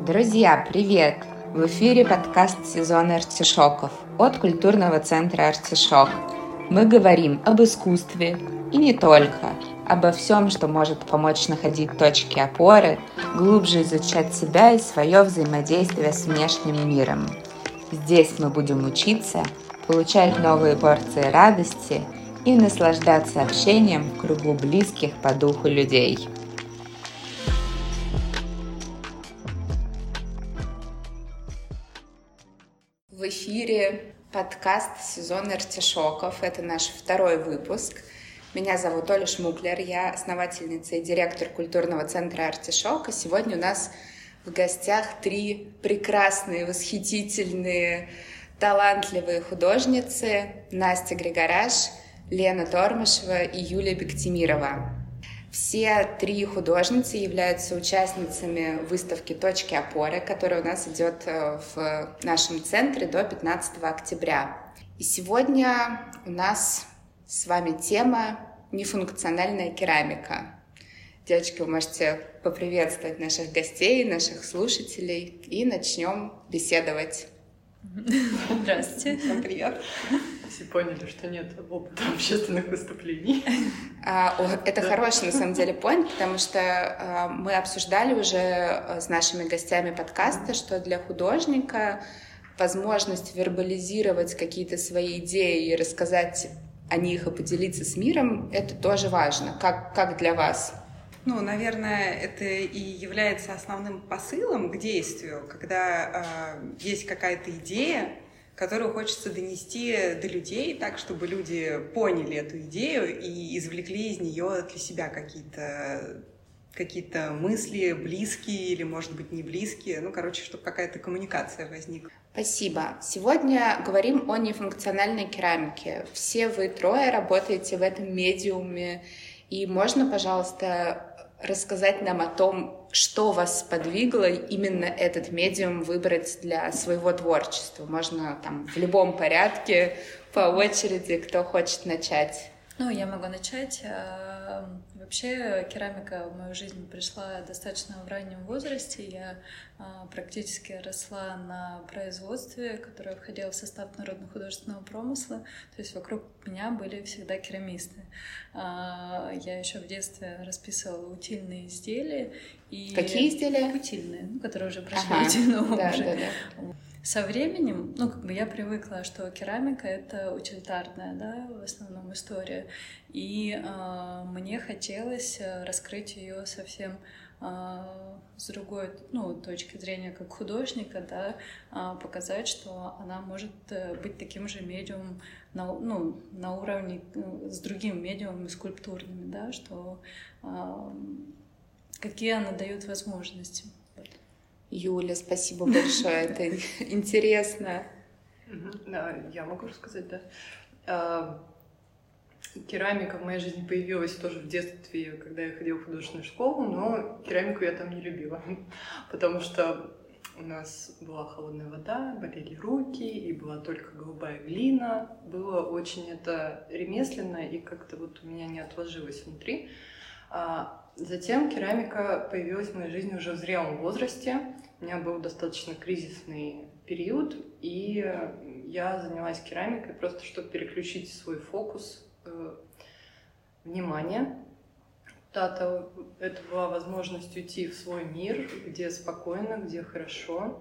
Друзья, привет! В эфире подкаст «Сезон артишоков» от культурного центра «Артишок». Мы говорим об искусстве и не только, обо всем, что может помочь находить точки опоры, глубже изучать себя и свое взаимодействие с внешним миром. Здесь мы будем учиться, получать новые порции радости и наслаждаться общением в кругу близких по духу людей. В эфире подкаст «Сезон артишоков». Это наш второй выпуск. Меня зовут Оля Шмуклер, я основательница и директор культурного центра «Артишок». И сегодня у нас в гостях три прекрасные, восхитительные, талантливые художницы: Настя Григораш, Лена Тормышева и Юлия Бектимирова. Все три художницы являются участницами выставки «Точки опоры», которая у нас идет в нашем центре до 15 октября. И сегодня у нас с вами тема «Нефункциональная керамика». Девочки, вы можете поприветствовать наших гостей, наших слушателей, и начнем беседовать. Здравствуйте. Всем привет. Все поняли, что нет опыта общественных выступлений. Это хороший, на самом деле, point, потому что мы обсуждали уже с нашими гостями подкаста, что для художника возможность вербализировать какие-то свои идеи и рассказать о них и поделиться с миром — это тоже важно. Как для вас? Наверное, это и является основным посылом к действию, когда есть какая-то идея, которую хочется донести до людей так, чтобы люди поняли эту идею и извлекли из нее для себя какие-то мысли, близкие или, может быть, не близкие. Чтобы какая-то коммуникация возникла. Спасибо. Сегодня говорим о нефункциональной керамике. Все вы трое работаете в этом медиуме. И можно, пожалуйста, рассказать нам о том, что вас сподвигло именно этот медиум выбрать для своего творчества? Можно в любом порядке, по очереди, кто хочет начать. Я могу начать. Вообще керамика в мою жизнь пришла достаточно в раннем возрасте. Я практически росла на производстве, которое входило в состав народно-художественного промысла. То есть вокруг меня были всегда керамисты. Я еще в детстве расписывала утильные изделия. Какие изделия? Утильные, которые уже прошли утильный образ. Да. Со временем, я привыкла, что керамика — это утилитарная, в основном история, и мне хотелось раскрыть ее совсем с другой, точки зрения, как художника, показать, что она может быть таким же медиумом на уровне с другими медиумами скульптурными, что какие она дает возможности. Юля, спасибо большое, это интересно. Я могу рассказать, Керамика в моей жизни появилась тоже в детстве, когда я ходила в художественную школу, но керамику я там не любила, потому что у нас была холодная вода, болели руки, и была только голубая глина. Было очень это ремесленно, и как-то у меня не отложилось внутри. Затем керамика появилась в моей жизни уже в зрелом возрасте. У меня был достаточно кризисный период, и я занялась керамикой просто, чтобы переключить свой фокус внимания. Это была возможность уйти в свой мир, где спокойно, где хорошо.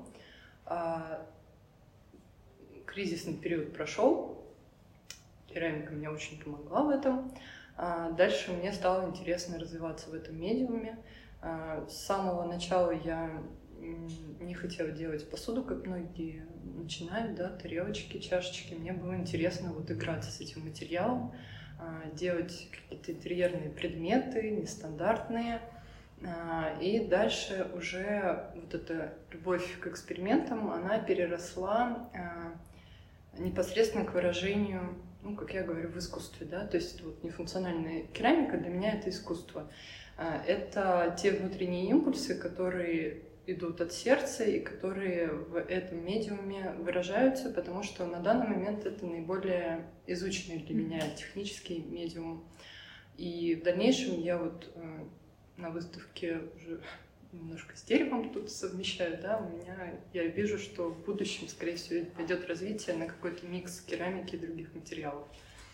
Кризисный период прошел, керамика мне очень помогла в этом. Дальше мне стало интересно развиваться в этом медиуме. С самого начала я не хотела делать посуду, как многие начинают, тарелочки, чашечки. Мне было интересно играться с этим материалом, делать какие-то интерьерные предметы, нестандартные. И дальше уже эта любовь к экспериментам, она переросла непосредственно к выражению, как я говорю, в искусстве, То есть нефункциональная керамика для меня — это искусство. Это те внутренние импульсы, которые идут от сердца и которые в этом медиуме выражаются, потому что на данный момент это наиболее изученный для меня технический медиум. И в дальнейшем я на выставке уже немножко с деревом тут совмещаю, да, я вижу, что в будущем, скорее всего, пойдет развитие на какой-то микс керамики и других материалов.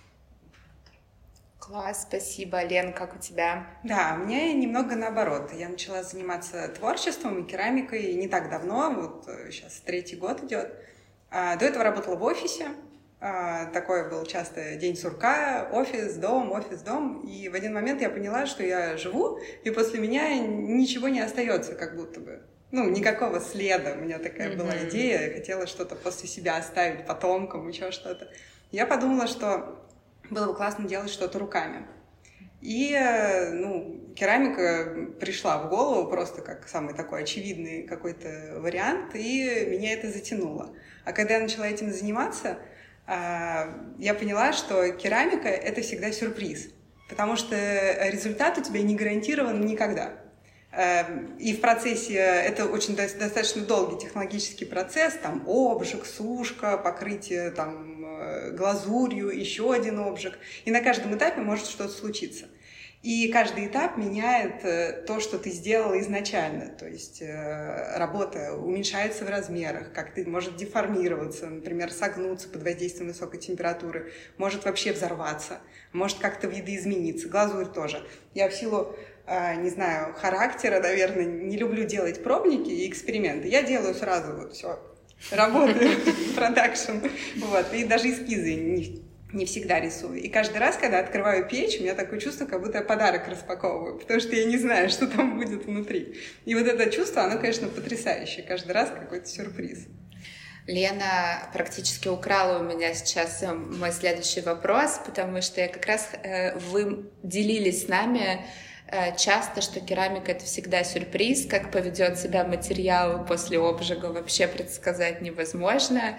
Класс, спасибо. Лен, как у тебя? Да, у меня немного наоборот. Я начала заниматься творчеством и керамикой не так давно, вот сейчас 3-й год идет. До этого работала в офисе. Такой был часто день сурка, офис, дом. И в один момент я поняла, что я живу, и после меня ничего не остается, как будто бы. Никакого следа. У меня такая была идея, я хотела что-то после себя оставить потомкам, еще что-то. Я подумала, что было бы классно делать что-то руками. И, керамика пришла в голову просто как самый такой очевидный какой-то вариант, и меня это затянуло. А когда я начала этим заниматься, я поняла, что керамика — это всегда сюрприз, потому что результат у тебя не гарантирован никогда. И в процессе, это очень достаточно долгий технологический процесс, там обжиг, сушка, покрытие там глазурью, еще один обжиг. И на каждом этапе может что-то случиться. И каждый этап меняет то, что ты сделала изначально. То есть работа уменьшается в размерах, как-то может деформироваться, например, согнуться под воздействием высокой температуры, может вообще взорваться, может как-то видоизмениться. Глазурь тоже. Я в силу, не знаю, характера, наверное, не люблю делать пробники и эксперименты. Я делаю сразу вот все, работаю, продакшн. И даже эскизы не всегда рисую. И каждый раз, когда открываю печь, у меня такое чувство, как будто я подарок распаковываю, потому что я не знаю, что там будет внутри. И вот это чувство, оно, конечно, потрясающее. Каждый раз какой-то сюрприз. Лена практически украла у меня сейчас мой следующий вопрос, потому что как раз вы делились с нами часто, что керамика — это всегда сюрприз, как поведет себя материал после обжига, вообще предсказать невозможно.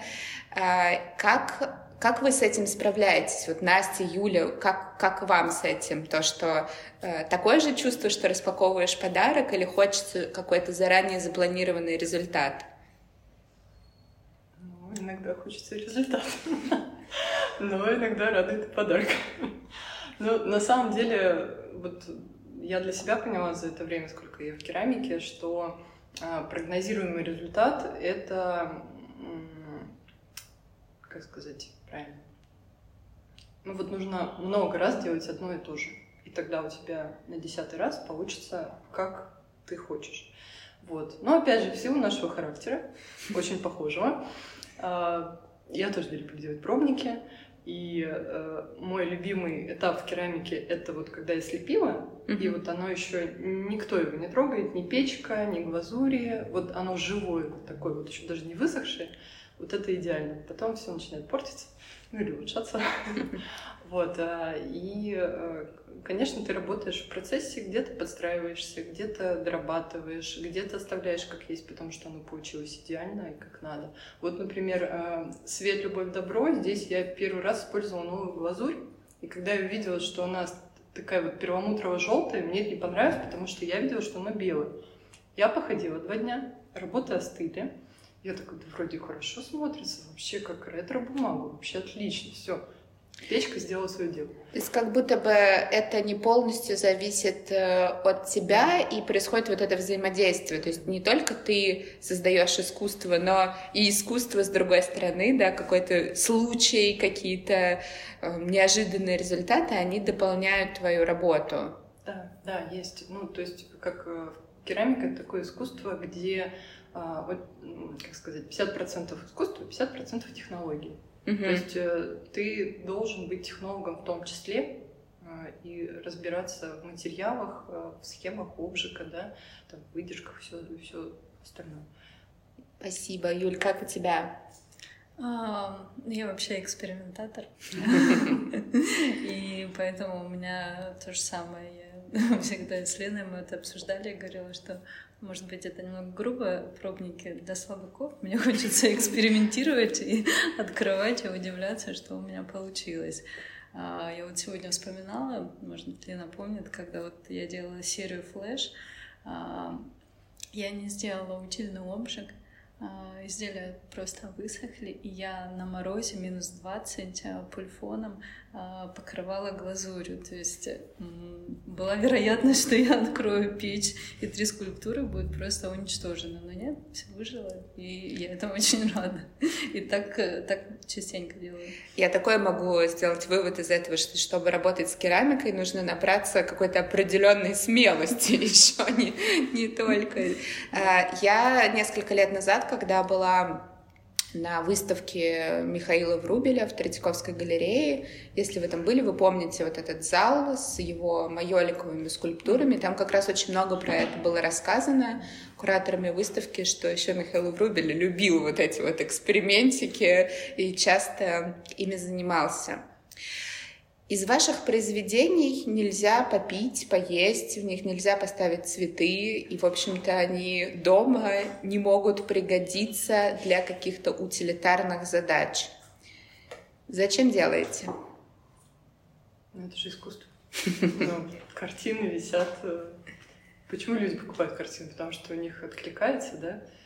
Как вы с этим справляетесь? Вот Настя, Юля, как вам с этим? То, что такое же чувство, что распаковываешь подарок, или хочется какой-то заранее запланированный результат? Иногда хочется результат, но иногда радует и подарок. На самом деле, вот я для себя поняла за это время, сколько я в керамике, что прогнозируемый результат — это, как сказать правильно, нужно много раз делать одно и то же, и тогда у тебя на 10-й раз получится, как ты хочешь. Но опять же, в силу нашего характера, очень похожего, я тоже люблю делать пробники, и мой любимый этап в керамике — это вот когда я слепила, и вот оно еще никто его не трогает, ни печка, ни глазури, вот оно живое, вот такое вот еще даже не высохшее, вот это идеально. Потом все начинает портиться, или улучшаться. И, конечно, ты работаешь в процессе, где-то подстраиваешься, где-то дорабатываешь, где-то оставляешь как есть, потому что оно получилось идеально и как надо. Например, «Свет, любовь, добро», здесь я первый раз использовала новую глазурь, и когда я увидела, что она такая вот перламутрово-желтая, мне это не понравилось, потому что я видела, что она белая. Я походила 2 дня, работы остыли. Я такая, да вроде хорошо смотрится, вообще как ретро-бумага, вообще отлично, все. Печка сделала свое дело. То есть как будто бы это не полностью зависит от тебя, и происходит вот это взаимодействие. То есть не только ты создаешь искусство, но и искусство с другой стороны, да, какой-то случай, какие-то неожиданные результаты, они дополняют твою работу. Да, есть. То есть как керамика — это такое искусство, где, как сказать, 50% искусства, 50% технологий. То есть ты должен быть технологом в том числе и разбираться в материалах, в схемах обжига, да, там, в выдержках, все остальное. Спасибо. Юль, как у тебя? Я вообще экспериментатор, и поэтому у меня то же самое. Я всегда с Леной мы это обсуждали и говорила, что, может быть, это немного грубо, пробники для слабаков. Мне хочется экспериментировать и открывать, и удивляться, что у меня получилось. Я вот сегодня вспоминала, может быть, Лена помнит, когда вот я делала серию флэш, я не сделала утильный обжиг, изделия просто высохли, и я на морозе минус 20 пульфоном покрывала глазурью. То есть была вероятность, что я открою печь, и 3 скульптуры будут просто уничтожены. Но нет, все выжило, и я этому очень рада. И так частенько делаю. Я такое могу сделать вывод из этого, что чтобы работать с керамикой, нужно набраться какой-то определенной смелости еще, не только. Я несколько лет назад, когда была на выставке Михаила Врубеля в Третьяковской галерее. Если вы там были, вы помните вот этот зал с его майоликовыми скульптурами. Там как раз очень много про это было рассказано кураторами выставки, что еще Михаил Врубель любил вот эти вот экспериментики и часто ими занимался. Из ваших произведений нельзя попить, поесть, в них нельзя поставить цветы, и, в общем-то, они дома не могут пригодиться для каких-то утилитарных задач. Зачем делаете? Ну, это же искусство. Картины висят. Почему люди покупают картины? Потому что у них откликается,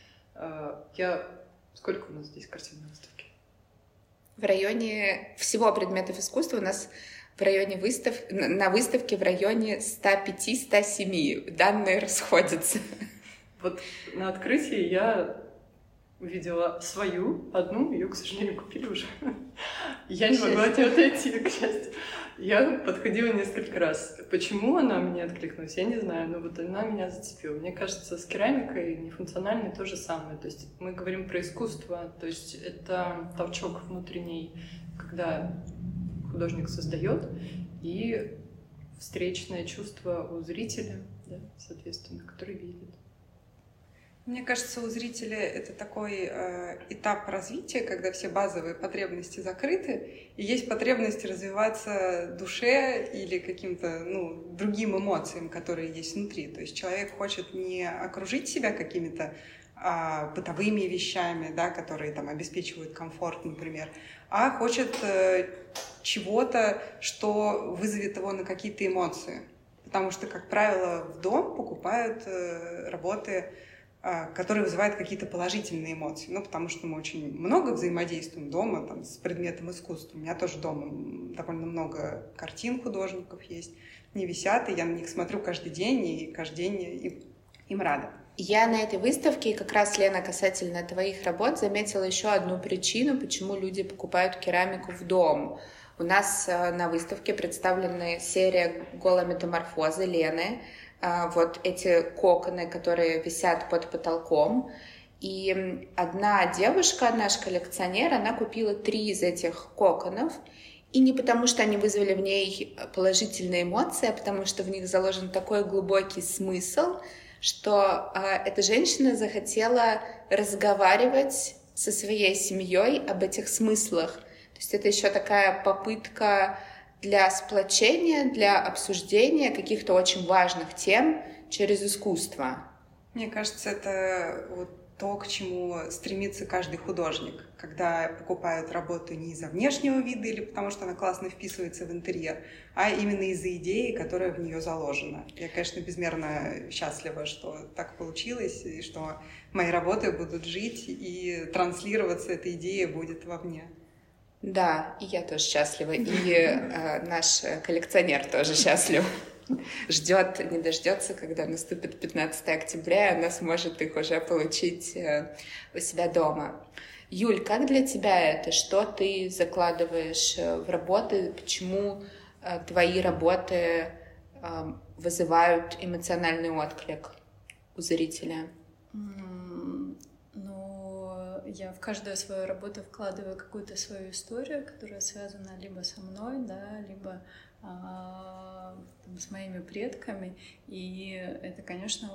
да? Сколько у нас здесь картин на выставке? В районе всего предметов искусства у нас в районе на выставке в районе 105-107. Данные расходятся. Вот на открытии я увидела свою, одну, ее, к сожалению, купили уже. Я не могла от нее отойти, к счастью. Я подходила несколько раз. Почему она мне откликнулась, я не знаю, но вот она меня зацепила. Мне кажется, с керамикой нефункциональной то же самое. То есть мы говорим про искусство, то есть это толчок внутренний, когда художник создает, и встречное чувство у зрителя, да, соответственно, который видит. Мне кажется, у зрителя это такой этап развития, когда все базовые потребности закрыты, и есть потребность развиваться душе или каким-то другим эмоциям, которые есть внутри. То есть человек хочет не окружить себя какими-то бытовыми вещами, да, которые там обеспечивают комфорт, например, а хочет чего-то, что вызовет его на какие-то эмоции. Потому что, как правило, в дом покупают работы, которые вызывают какие-то положительные эмоции. Потому что мы очень много взаимодействуем дома там, с предметом искусства. У меня тоже дома довольно много картин художников есть, не висят, и я на них смотрю каждый день, и каждый день им рада. Я на этой выставке, и как раз, Лена, касательно твоих работ, заметила еще одну причину, почему люди покупают керамику в дом. У нас на выставке представлена серия голометаморфозы Лены, вот эти коконы, которые висят под потолком. И одна девушка, наш коллекционер, она купила 3 из этих коконов. И не потому, что они вызвали в ней положительные эмоции, а потому что в них заложен такой глубокий смысл, что эта женщина захотела разговаривать со своей семьей об этих смыслах. То есть это еще такая попытка для сплочения, для обсуждения каких-то очень важных тем через искусство. Мне кажется, это вот то, к чему стремится каждый художник, когда покупают работу не из-за внешнего вида или потому что она классно вписывается в интерьер, а именно из-за идеи, которая в нее заложена. Я, конечно, безмерно счастлива, что так получилось, и что мои работы будут жить, и транслироваться эта идея будет вовне. Да, и я тоже счастлива, и наш коллекционер тоже счастлив. Ждет, не дождется, когда наступит 15 октября, и она сможет их уже получить у себя дома. Юль, как для тебя это? Что ты закладываешь в работы? Почему твои работы вызывают эмоциональный отклик у зрителя? Я в каждую свою работу вкладываю какую-то свою историю, которая связана либо со мной, да, либо с моими предками. И это, конечно,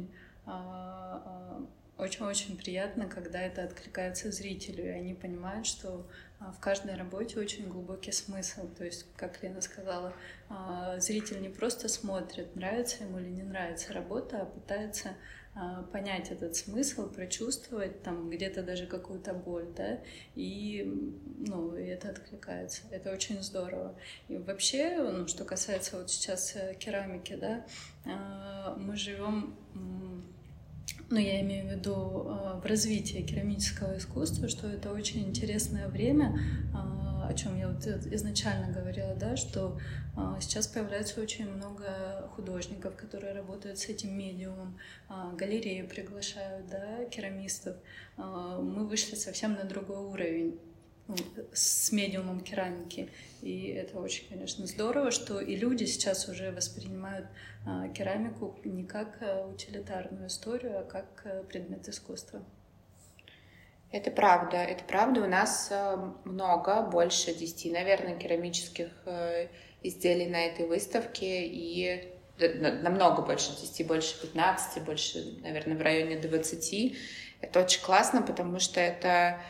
очень-очень приятно, когда это откликается зрителю, и они понимают, что в каждой работе очень глубокий смысл. То есть, как Лена сказала, зритель не просто смотрит, нравится ему или не нравится работа, а пытается понять этот смысл, прочувствовать там где-то даже какую-то боль, да, и это откликается. Это очень здорово. И вообще, что касается вот сейчас керамики, да, мы живем ну, я имею в виду в развитии керамического искусства, что это очень интересное время, о чем я вот изначально говорила, да, что сейчас появляется очень много художников, которые работают с этим медиумом, галереи приглашают, да, керамистов. Мы вышли совсем на другой уровень с медиумом керамики. И это очень, конечно, здорово, что и люди сейчас уже воспринимают керамику не как утилитарную историю, а как предмет искусства. Это правда, это правда. У нас много, больше 10, наверное, керамических изделий на этой выставке, и намного больше 10, больше 15, больше, наверное, в районе 20. Это очень классно, потому что это...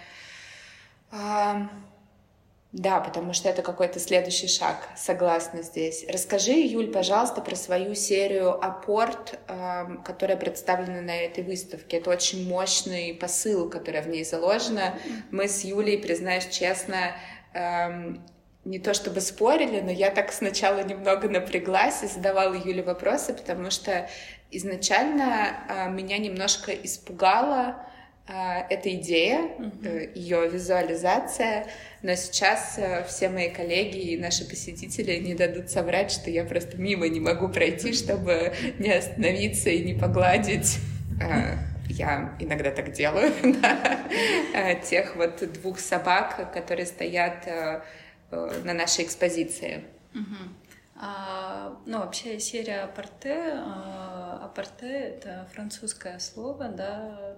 Да, потому что это какой-то следующий шаг, согласна здесь. Расскажи, Юль, пожалуйста, про свою серию «Апорт», которая представлена на этой выставке. Это очень мощный посыл, который в ней заложен. Мы с Юлей, признаюсь честно, не то чтобы спорили, но я так сначала немного напряглась и задавала Юле вопросы, потому что изначально меня немножко испугала эта идея, ее визуализация, но сейчас все мои коллеги и наши посетители не дадут соврать, что я просто мимо не могу пройти, чтобы не остановиться и не погладить. Я иногда так делаю, тех вот 2 собак, которые стоят на нашей экспозиции. Ну, вообще серия «Апорте», «апорте» — это французское слово, да,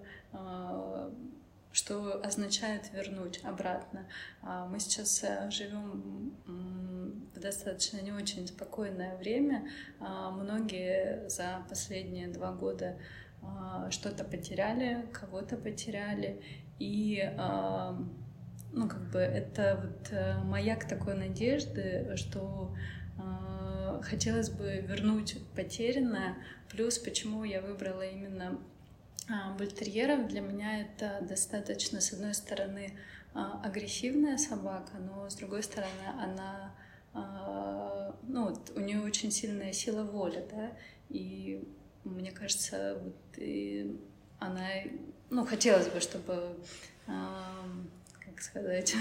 что означает вернуть обратно. Мы сейчас живем в достаточно не очень спокойное время. Многие за последние 2 года что-то потеряли, кого-то потеряли, и ну, как бы это вот маяк такой надежды, что хотелось бы вернуть потерянное. Плюс, почему я выбрала именно бультерьеров, для меня это достаточно, с одной стороны, агрессивная собака, но с другой стороны, она, ну, вот, у нее очень сильная сила воли, да, и мне кажется, вот, и она, ну, хотелось бы, чтобы, как сказать,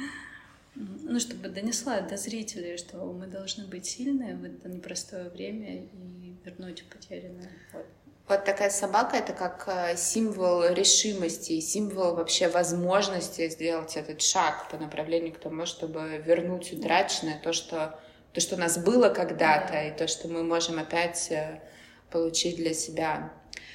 ну, чтобы донесла до зрителей, что мы должны быть сильны в это непростое время и вернуть потерянное. Вот такая собака — это как символ решимости, символ вообще возможности сделать этот шаг по направлению к тому, чтобы вернуть утраченное, то, что у нас было когда-то, да, и то, что мы можем опять получить для себя.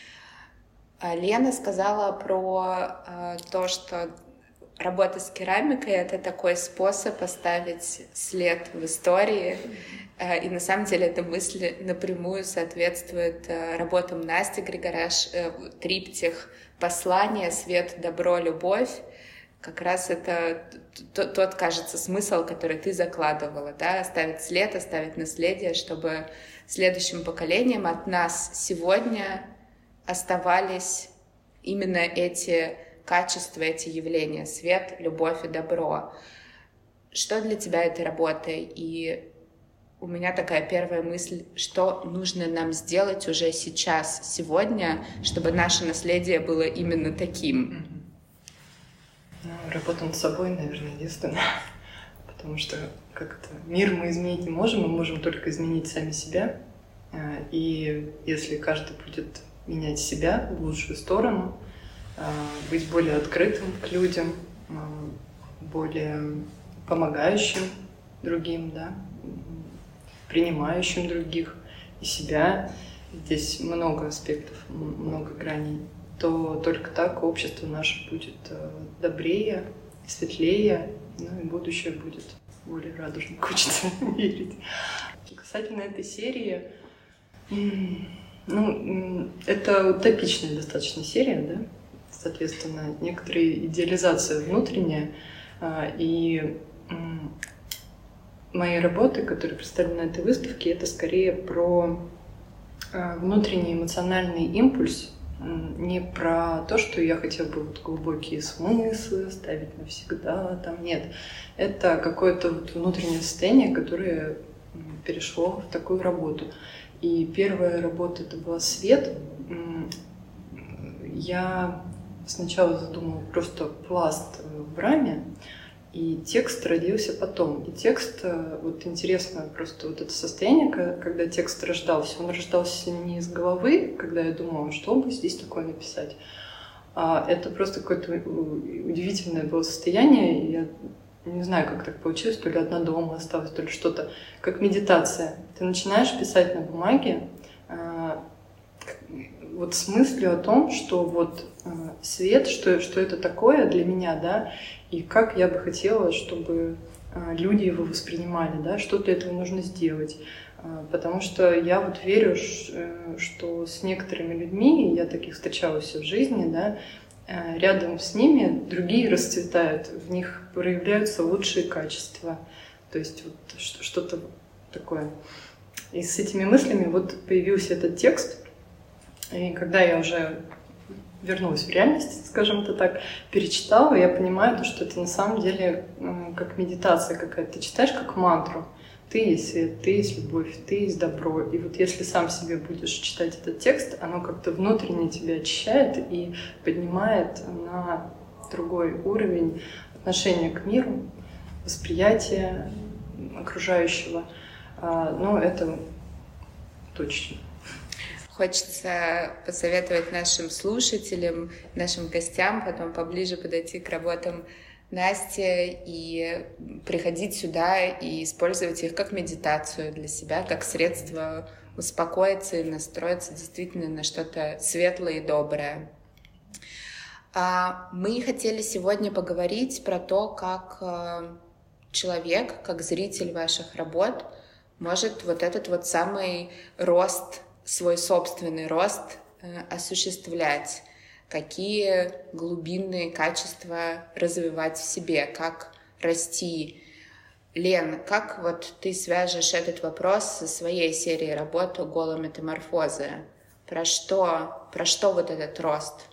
Лена сказала про то, что работа с керамикой — это такой способ оставить след в истории. И на самом деле эта мысль напрямую соответствует работам Насти Григоряш, триптих «Послание», «Свет», «Добро», «Любовь». Как раз это тот, кажется, смысл, который ты закладывала, да? Оставить след, оставить наследие, чтобы следующим поколениям от нас сегодня оставались именно эти качества, эти явления: свет, любовь и добро. Что для тебя этой работой? И у меня такая первая мысль: что нужно нам сделать уже сейчас, сегодня, чтобы наше наследие было именно таким? Ну, работа над собой, наверное, единственное. Потому что как-то мир мы изменить не можем, мы можем только изменить сами себя. И если каждый будет менять себя в лучшую сторону, быть более открытым к людям, более помогающим другим, да, принимающим других и себя. Здесь много аспектов, много граней. То только так общество наше будет добрее, светлее, ну и будущее будет более радужным, хочется верить. Касательно этой серии, ну, это утопичная достаточно серия, да? Соответственно, некоторая идеализация внутренняя, и мои работы, которые представлены на этой выставке, это скорее про внутренний эмоциональный импульс, не про то, что я хотела бы вот глубокие смыслы ставить навсегда, там нет. Это какое-то вот внутреннее состояние, которое перешло в такую работу. И первая работа — это была «Свет». Я сначала задумала просто пласт в раме, и текст родился потом. И текст, вот интересно просто вот это состояние, когда текст рождался. Он рождался не из головы, когда я думала, что бы здесь такое написать. А это просто какое-то удивительное было состояние. И я не знаю, как так получилось, то ли одна дома осталась, то ли что-то. Как медитация. Ты начинаешь писать на бумаге вот с мыслью о том, что вот свет, что это такое для меня, да, и как я бы хотела, чтобы люди его воспринимали, да, что для этого нужно сделать. Потому что я вот верю, что с некоторыми людьми, я таких встречалась в жизни, да, рядом с ними другие расцветают, в них проявляются лучшие качества. То есть вот что-то такое. И с этими мыслями вот появился этот текст. И когда я уже вернулась в реальность, скажем это так, перечитала, я понимаю, что это на самом деле как медитация какая-то. Ты читаешь как мантру. Ты есть свет, ты есть любовь, ты есть добро. И вот если сам себе будешь читать этот текст, оно как-то внутренне тебя очищает и поднимает на другой уровень отношения к миру, восприятия окружающего. Ну, это точно. Хочется посоветовать нашим слушателям, нашим гостям потом поближе подойти к работам Насти и приходить сюда и использовать их как медитацию для себя, как средство успокоиться и настроиться действительно на что-то светлое и доброе. Мы хотели сегодня поговорить про то, как человек, как зритель ваших работ может вот этот вот самый рост, свой собственный рост осуществлять, какие глубинные качества развивать в себе, как расти. Лен, как вот ты свяжешь этот вопрос со своей серией работ «Голометаморфозы»? Про что вот этот рост?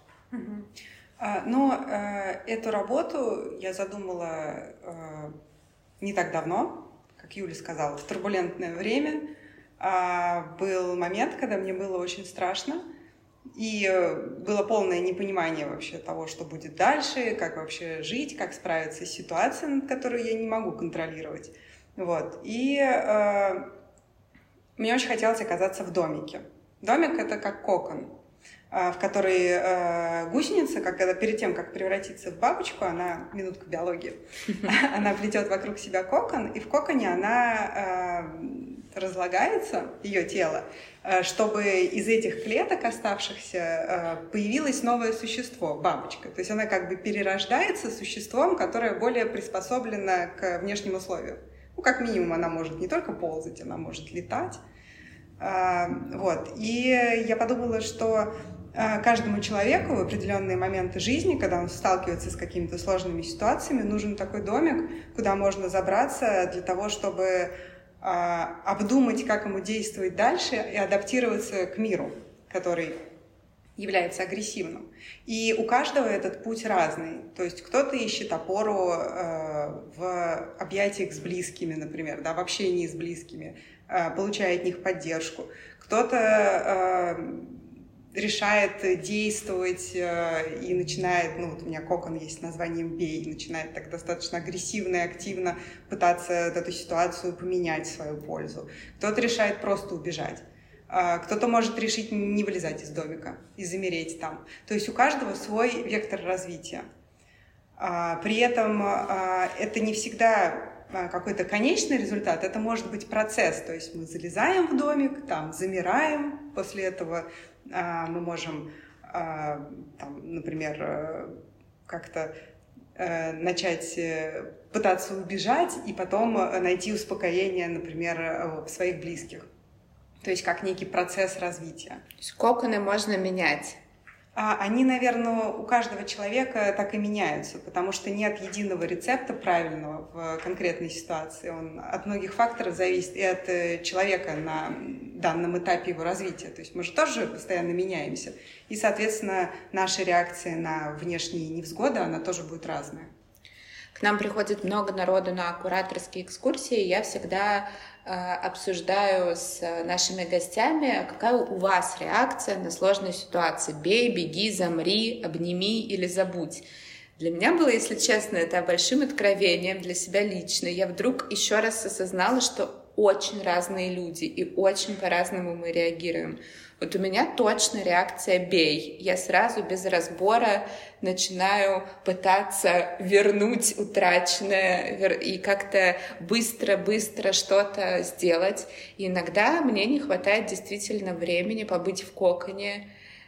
Эту работу я задумала не так давно, как Юля сказала, в турбулентное время. Был момент, когда мне было очень страшно, и было полное непонимание вообще того, что будет дальше, как вообще жить, как справиться с ситуацией, над которой я не могу контролировать. Вот. И мне очень хотелось оказаться в домике. Домик — это как кокон, в который гусеница, когда перед тем, как превратиться в бабочку, она, минутка биологии, она плетет вокруг себя кокон, и в коконе она разлагается, ее тело, чтобы из этих клеток оставшихся появилось новое существо, бабочка. То есть она как бы перерождается существом, которое более приспособлено к внешним условиям. Ну, как минимум, она может не только ползать, она может летать. Вот. И я подумала, что каждому человеку в определенные моменты жизни, когда он сталкивается с какими-то сложными ситуациями, нужен такой домик, куда можно забраться для того, чтобы обдумать, как ему действовать дальше и адаптироваться к миру, который является агрессивным. И у каждого этот путь разный. То есть кто-то ищет опору в объятиях с близкими, например, да, в общении с близкими, получая от них поддержку. Кто-то решает действовать и начинает, ну вот у меня кокон есть с названием «Бей», начинает так достаточно агрессивно и активно пытаться эту ситуацию поменять в свою пользу. Кто-то решает просто убежать. Кто-то может решить не вылезать из домика и замереть там. То есть у каждого свой вектор развития. При этом это не всегда какой-то конечный результат, это может быть процесс. То есть мы залезаем в домик, там замираем, после этого мы можем, там, например, как-то начать пытаться убежать и потом найти успокоение, например, в своих близких. То есть как некий процесс развития. То есть коконы можно менять? Они, наверное, у каждого человека так и меняются, потому что нет единого рецепта правильного в конкретной ситуации. Он от многих факторов зависит и от человека на данном этапе его развития. То есть мы же тоже постоянно меняемся. И, соответственно, наша реакция на внешние невзгоды, она тоже будет разная. к нам приходит много народу на кураторские экскурсии, я всегда обсуждаю с нашими гостями, какая у вас реакция на сложные ситуации. Бей, беги, замри, обними или забудь. Для меня было, если честно, это большим откровением для себя лично. Я вдруг еще раз осознала, что очень разные люди и очень по-разному мы реагируем. Вот у меня точно реакция «бей». Я сразу без разбора начинаю пытаться вернуть утраченное и как-то быстро-быстро что-то сделать. И иногда мне не хватает действительно времени побыть в коконе,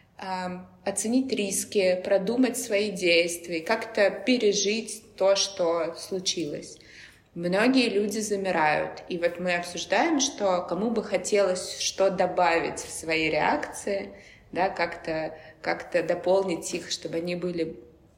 оценить риски, продумать свои действия, как-то пережить то, что случилось. Многие люди замирают, и вот мы обсуждаем, что кому бы хотелось что добавить в свои реакции, да, как-то дополнить их, чтобы они были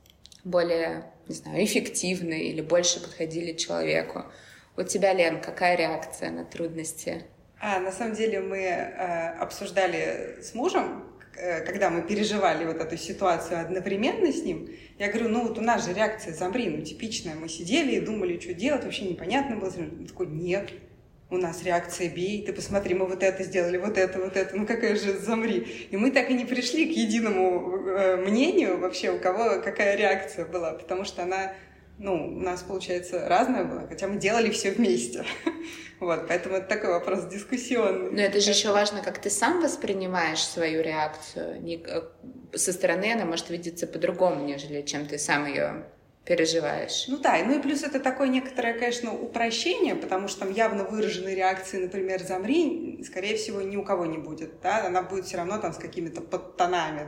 более, не знаю, эффективны или больше подходили человеку. У тебя, Лен, какая реакция на трудности? На самом деле мы обсуждали с мужем, когда мы переживали вот эту ситуацию одновременно с ним, я говорю, ну вот у нас же реакция «замри», ну типичная, мы сидели и думали, что делать, вообще непонятно было. Он такой, нет, у нас реакция «бей», ты посмотри, мы вот это сделали, вот это, ну какая же «замри». И мы так и не пришли к единому мнению вообще, у кого какая реакция была, потому что она, ну, у нас, получается, разная была, хотя мы делали все вместе. Вот, поэтому это такой вопрос дискуссионный. Но это же еще важно, как ты сам воспринимаешь свою реакцию. Со стороны она может видеться по-другому, нежели чем ты сам ее переживаешь. Ну да, ну и плюс это такое некоторое, конечно, упрощение, потому что там явно выраженной реакции, например, «замри», скорее всего, ни у кого не будет, да, она будет все равно там с какими-то подтонами,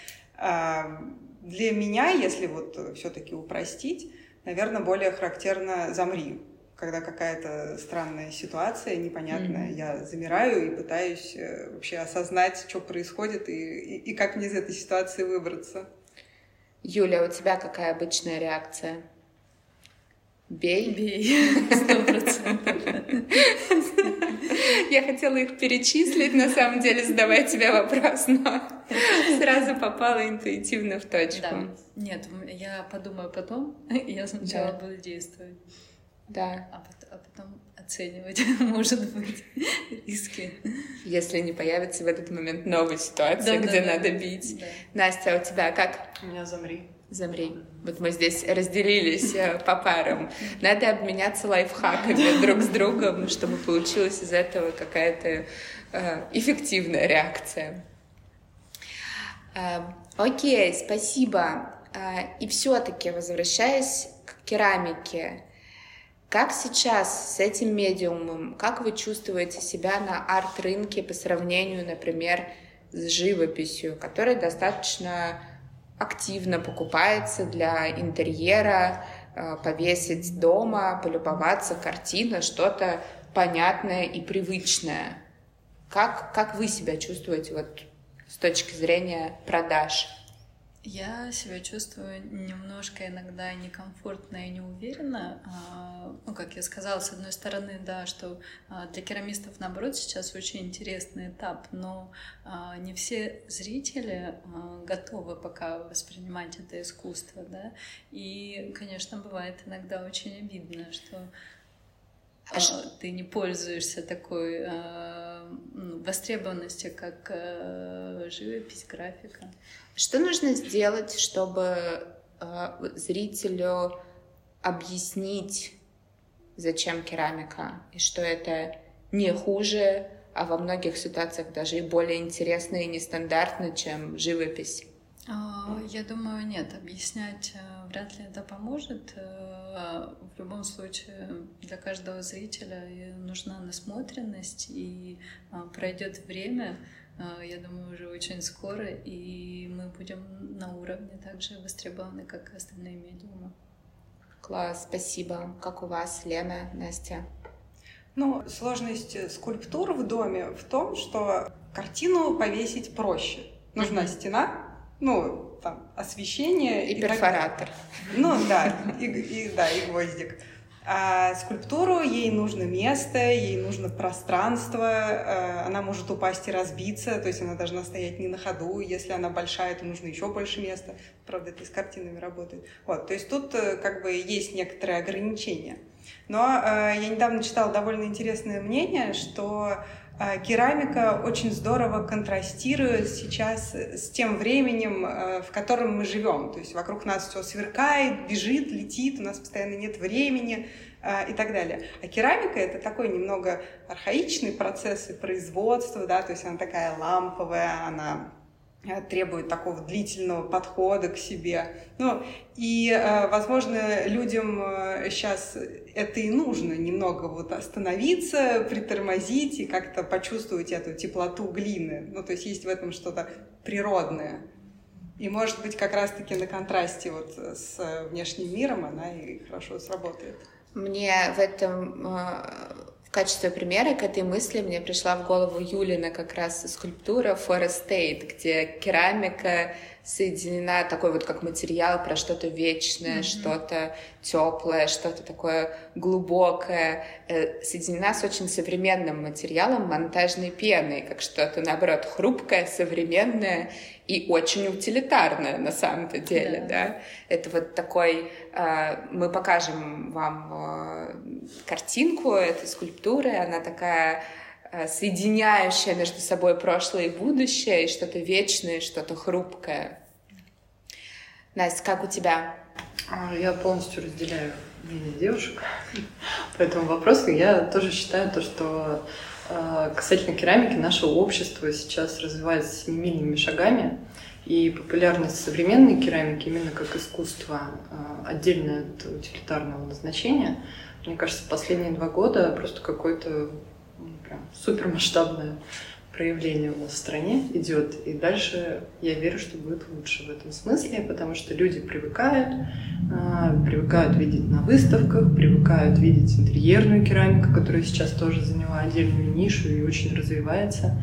да. Для меня, если вот все-таки упростить, наверное, более характерно «замри». Когда какая-то странная ситуация, непонятная, я замираю и пытаюсь вообще осознать, что происходит и как мне из этой ситуации выбраться. Юля, у тебя какая обычная реакция? Бей? Бей, 100%. Я хотела их перечислить, на самом деле, задавая тебе вопрос, но сразу попала интуитивно в точку. Да. Нет, я подумаю потом, я сначала буду действовать. Да. А потом оценивать, может быть, риски. Если не появится в этот момент новая ситуация, где надо бить. Да. Настя, а у тебя как? У меня «замри». Замри. Вот мы здесь разделились по парам. Надо обменяться лайфхаками друг с другом, чтобы получилась из этого какая-то эффективная реакция. Окей, спасибо. И все-таки, возвращаясь к керамике, как сейчас с этим медиумом, как вы чувствуете себя на арт-рынке по сравнению, например, с живописью, которая достаточно активно покупается для интерьера, повесить дома, полюбоваться, картина, что-то понятное и привычное. Как вы себя чувствуете вот с точки зрения продаж? Я себя чувствую немножко иногда некомфортно и неуверенно. Ну, как я сказала, с одной стороны, да, что для керамистов, наоборот, сейчас очень интересный этап, но не все зрители готовы пока воспринимать это искусство, да, и, конечно, бывает иногда очень обидно, что ты не пользуешься такой востребованностью, как живопись, графика. Что нужно сделать, чтобы зрителю объяснить, зачем керамика, и что это не хуже, а во многих ситуациях даже и более интересно и нестандартно, чем живопись? Я думаю, нет, объяснять вряд ли это поможет. В любом случае для каждого зрителя нужна насмотренность, и пройдет время, я думаю, уже очень скоро, и мы будем на уровне также востребованы, как и остальные медиумы. Класс, спасибо. Как у вас, Лена, Настя? Ну, сложность скульптур в доме в том, что картину повесить проще. Нужна стена, ну, там, освещение. И перфоратор. Ну, да, и гвоздик. А скульптуру ей нужно место, ей нужно пространство, она может упасть и разбиться, то есть она должна стоять не на ходу, если она большая, то нужно еще больше места, правда, это и с картинами работает. Вот, то есть тут как бы есть некоторые ограничения. Но я недавно читала довольно интересное мнение, что керамика очень здорово контрастирует сейчас с тем временем, в котором мы живем. То есть вокруг нас все сверкает, бежит, летит, у нас постоянно нет времени и так далее. А керамика — это такой немного архаичный процесс и производства, да, то есть она такая ламповая, она требует такого длительного подхода к себе. Ну, и, возможно, людям сейчас это и нужно, немного вот остановиться, притормозить и как-то почувствовать эту теплоту глины. Ну, то есть есть в этом что-то природное. И, может быть, как раз-таки на контрасте вот с внешним миром она и хорошо сработает. Мне в этом... В качестве примера к этой мысли мне пришла в голову Юлина как раз скульптура Forest State, где керамика соединена, такой вот как материал, про что-то вечное, что-то теплое, что-то такое глубокое, соединена с очень современным материалом, монтажной пеной, как что-то, наоборот, хрупкое, современное и очень утилитарное на самом-то деле, да. Это вот такой... Мы покажем вам картинку этой скульптуры, она такая соединяющая между собой прошлое и будущее, и что-то вечное, и что-то хрупкое. Настя, как у тебя? Я полностью разделяю мнение девушек по этому вопросу. Я тоже считаю то, что касательно керамики наше общество сейчас развивается семимильными шагами, и популярность современной керамики именно как искусство, отдельно от утилитарного назначения, мне кажется, последние 2 года просто какое-то прям супермасштабное проявление у нас в стране идет. И дальше я верю, что будет лучше в этом смысле, потому что люди привыкают видеть на выставках, привыкают видеть интерьерную керамику, которая сейчас тоже заняла отдельную нишу и очень развивается.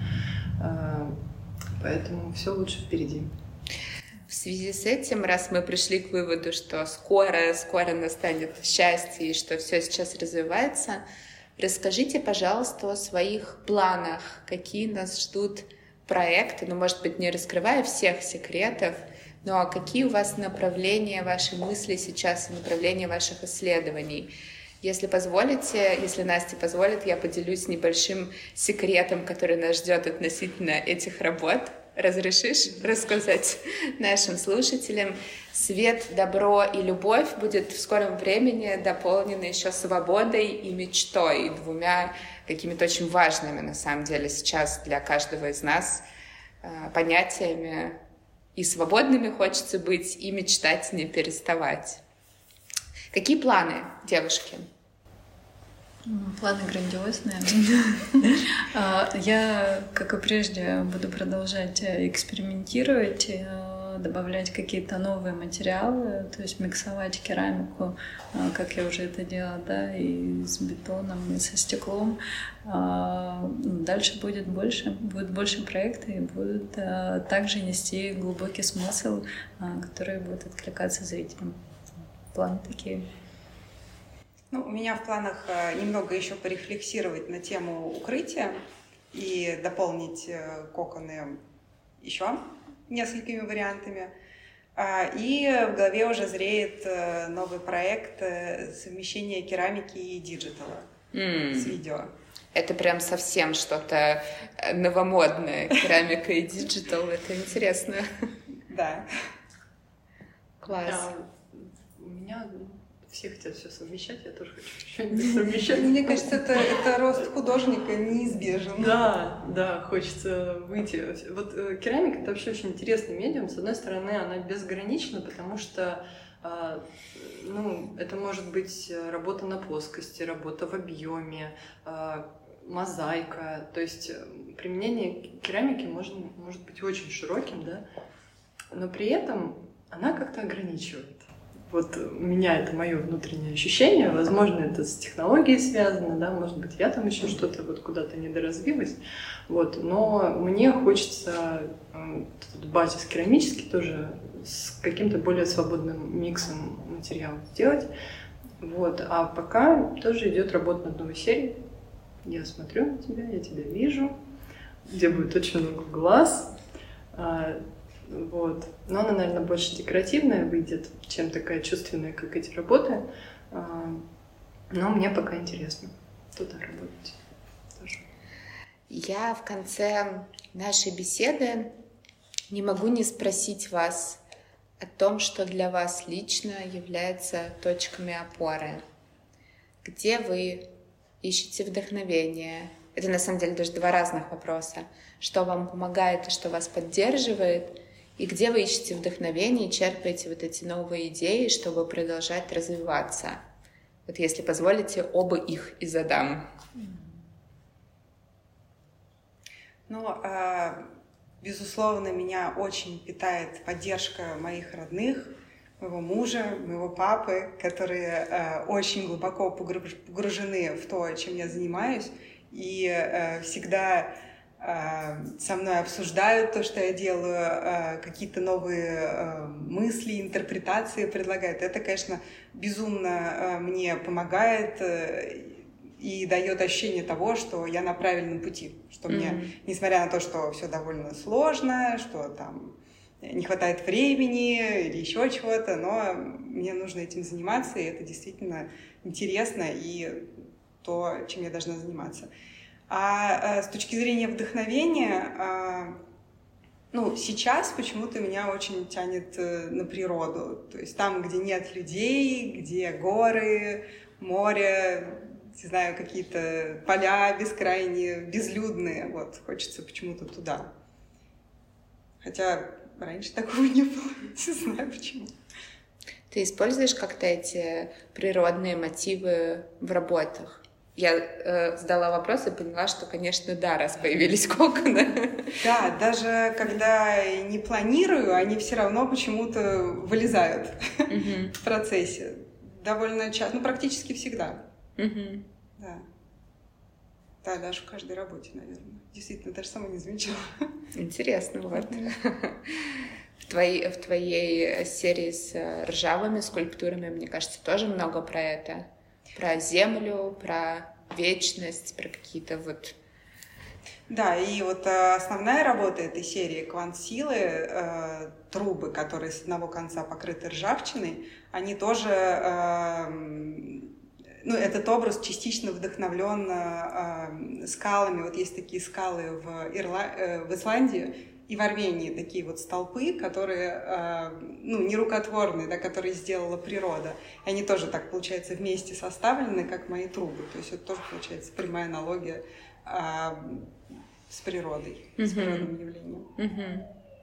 Поэтому все лучше впереди. В связи с этим, раз мы пришли к выводу, что скоро настанет счастье и что все сейчас развивается, расскажите, пожалуйста, о своих планах, какие нас ждут проекты, может быть, не раскрывая всех секретов, но какие у вас направления, ваши мысли сейчас и направления ваших исследований. Если позволите, если Настя позволит, я поделюсь небольшим секретом, который нас ждет относительно этих работ. Разрешишь рассказать нашим слушателям? Свет, добро и любовь будет в скором времени дополнены еще свободой и мечтой, 2 какими-то очень важными, на самом деле, сейчас для каждого из нас понятиями. И свободными хочется быть, и мечтать не переставать. Какие планы, девушки? Планы грандиозные. Я, как и прежде, буду продолжать экспериментировать, добавлять какие-то новые материалы, то есть миксовать керамику, как я уже это делала, да, и с бетоном, и со стеклом. Дальше будут больше проектов и будут также нести глубокий смысл, который будет откликаться зрителям. Планы такие. У меня в планах немного еще порефлексировать на тему укрытия и дополнить коконы еще несколькими вариантами. И в голове уже зреет новый проект совмещения керамики и диджитала с видео. Это прям совсем что-то новомодное. Керамика и диджитал — это интересно. Да. Класс. У меня... Все хотят все совмещать, я тоже хочу что-нибудь совмещать. Мне кажется, это рост художника неизбежен. Да, хочется выйти. Вот керамика — это вообще очень интересный медиум. С одной стороны, она безгранична, потому что это может быть работа на плоскости, работа в объеме, мозаика. То есть применение керамики может быть очень широким, да, но при этом она как-то ограничивает. Вот у меня это мое внутреннее ощущение, возможно, это с технологией связано, да, может быть, я там еще что-то вот куда-то недоразвилась, вот, но мне хочется этот базис керамический тоже с каким-то более свободным миксом материалов сделать, Вот. А пока тоже идет работа над новой серией. Я смотрю на тебя, я тебя вижу, где будет очень много глаз. Вот. Но она, наверное, больше декоративная выйдет, чем такая чувственная, как эти работы. Но мне пока интересно туда работать тоже. Я в конце нашей беседы не могу не спросить вас о том, что для вас лично является точками опоры. Где вы ищете вдохновение? Это на самом деле даже два разных вопроса. Что вам помогает и что вас поддерживает? И где вы ищете вдохновение и черпаете вот эти новые идеи, чтобы продолжать развиваться? Вот если позволите, оба их и задам. Ну, безусловно, меня очень питает поддержка моих родных, моего мужа, моего папы, которые очень глубоко погружены в то, чем я занимаюсь, и всегда со мной обсуждают то, что я делаю, какие-то новые мысли, интерпретации предлагают. Это, конечно, безумно мне помогает и дает ощущение того, что я на правильном пути, что мне, несмотря на то, что все довольно сложно, что там не хватает времени или еще чего-то, но мне нужно этим заниматься, и это действительно интересно, и то, чем я должна заниматься. А с точки зрения вдохновения, ну, сейчас почему-то меня очень тянет на природу. То есть там, где нет людей, где горы, море, не знаю, какие-то поля бескрайние, безлюдные. Вот, хочется почему-то туда. Хотя раньше такого не было, не знаю почему. Ты используешь как-то эти природные мотивы в работах? Я задала вопрос и поняла, что, конечно, да, раз появились коконы. Да, даже когда не планирую, они все равно почему-то вылезают в процессе. Довольно часто, ну, практически всегда. Да. Да, даже в каждой работе, наверное. Действительно, даже сама не замечала. Интересно, вот. В твоей серии с ржавыми скульптурами, мне кажется, тоже много про это. Про землю, про вечность, про какие-то вот... Да, и вот основная работа этой серии «Квант-силы», трубы, которые с одного конца покрыты ржавчиной, они тоже... Ну, этот образ частично вдохновлен скалами. Вот есть такие скалы в Исландии и в Армении, такие вот столпы, которые, ну, нерукотворные, да, которые сделала природа. И они тоже так, получается, вместе составлены, как мои трубы. То есть это тоже, получается, прямая аналогия с природой, с природным явлением.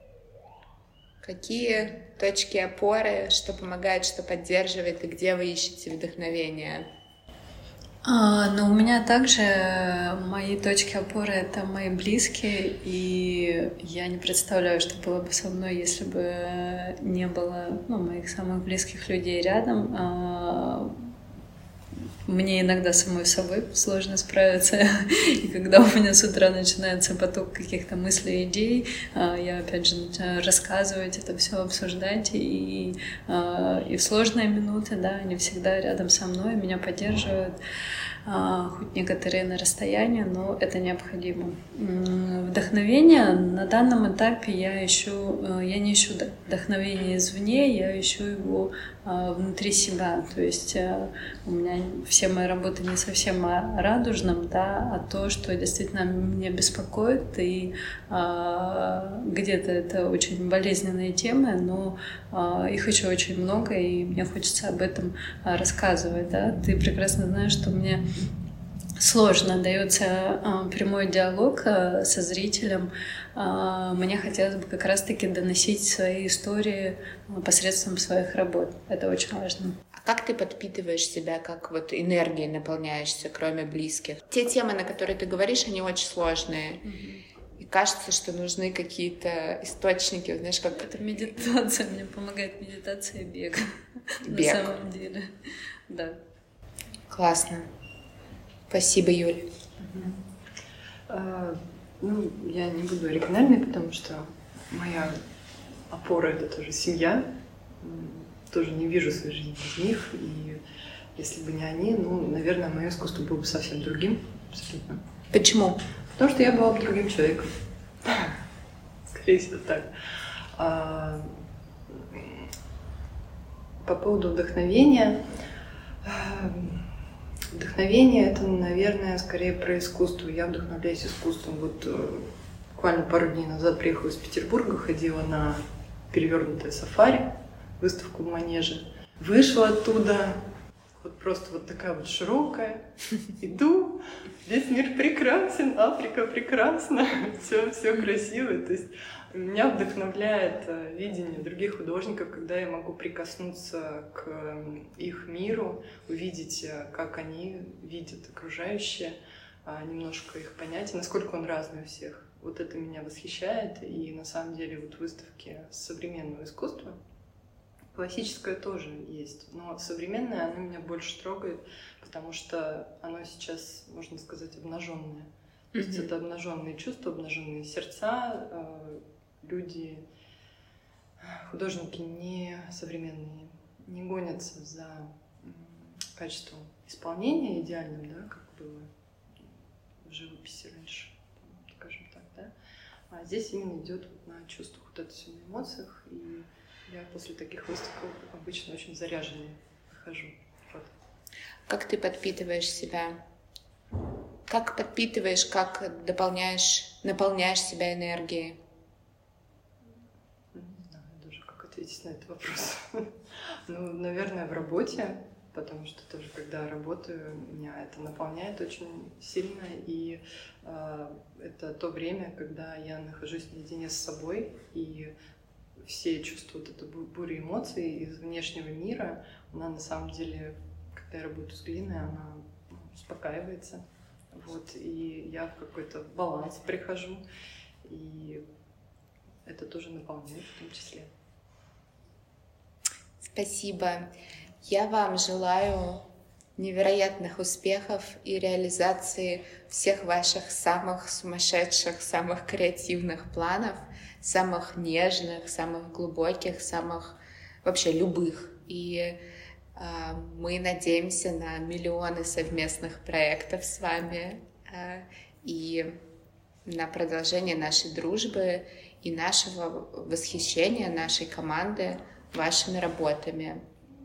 Какие точки опоры, что помогает, что поддерживает, и где вы ищете вдохновение? Но у меня также мои точки опоры — это мои близкие, и я не представляю, что было бы со мной, если бы не было, ну, моих самых близких людей рядом. Мне иногда самой с собой сложно справиться, и когда у меня с утра начинается поток каких-то мыслей и идей, я опять же начинаю рассказывать это все, обсуждать, и в сложные минуты, да, они всегда рядом со мной, меня поддерживают, хоть некоторые на расстоянии, но это необходимо. Вдохновение на данном этапе я не ищу вдохновение извне, я ищу его внутри себя. То есть у меня все мои работы не совсем о радужном, да, а то, что действительно меня беспокоит, и где-то это очень болезненные темы, но их еще очень много, и мне хочется об этом рассказывать. Да. Ты прекрасно знаешь, что мне сложно дается прямой диалог со зрителем. Мне хотелось бы как раз-таки доносить свои истории посредством своих работ. Это очень важно. А как ты подпитываешь себя, как вот энергией наполняешься, кроме близких? Те темы, на которые ты говоришь, они очень сложные. И кажется, что нужны какие-то источники, знаешь, как... Это медитация, мне помогает медитация и бег. Бег. На самом деле, да. Классно. Спасибо, Юль. Ну, я не буду оригинальной, потому что моя опора — это тоже семья. Тоже не вижу свою жизнь без них. И Если бы не они, наверное, мое искусство было бы совсем другим. Абсолютно. Почему? Потому что я была бы другим человеком. Скорее всего, так. По поводу вдохновения. Вдохновение — это, наверное, скорее про искусство. Я вдохновляюсь искусством. Вот буквально пару дней назад приехала из Петербурга, ходила на перевернутое сафари, выставку в Манеже. Вышла оттуда, вот просто вот такая вот широкая, иду, весь мир прекрасен, Африка прекрасна, все красиво. То есть меня вдохновляет видение других художников, когда я могу прикоснуться к их миру, увидеть, как они видят окружающее, немножко их понять, насколько он разный у всех. Вот это меня восхищает, и на самом деле вот выставки современного искусства, классическое тоже есть, но современное, оно меня больше трогает, потому что оно сейчас, можно сказать, обнаженное. То есть это обнаженные чувства, обнаженные сердца, люди, художники не современные, не гонятся за качеством исполнения идеальным, да, как было в живописи раньше, скажем так, да. А здесь именно идет вот на чувствах, вот это все на эмоциях, и я после таких выставок обычно очень заряженная выхожу. Вот. Как ты подпитываешь себя? Как подпитываешь, как наполняешь себя энергией? Не знаю даже, как ответить на этот вопрос. Наверное, в работе, потому что тоже, когда работаю, меня это наполняет очень сильно, и это то время, когда я нахожусь наедине с собой, и все чувствуют эту бурю эмоций из внешнего мира. Она на самом деле, когда я работаю с глиной, она успокаивается. Вот, и я в какой-то баланс прихожу, и это тоже наполняет в том числе. Спасибо. Я вам желаю невероятных успехов и реализации всех ваших самых сумасшедших, самых креативных планов, самых нежных, самых глубоких, самых вообще любых. И мы надеемся на миллионы совместных проектов с вами и на продолжение нашей дружбы и нашего восхищения нашей команды вашими работами.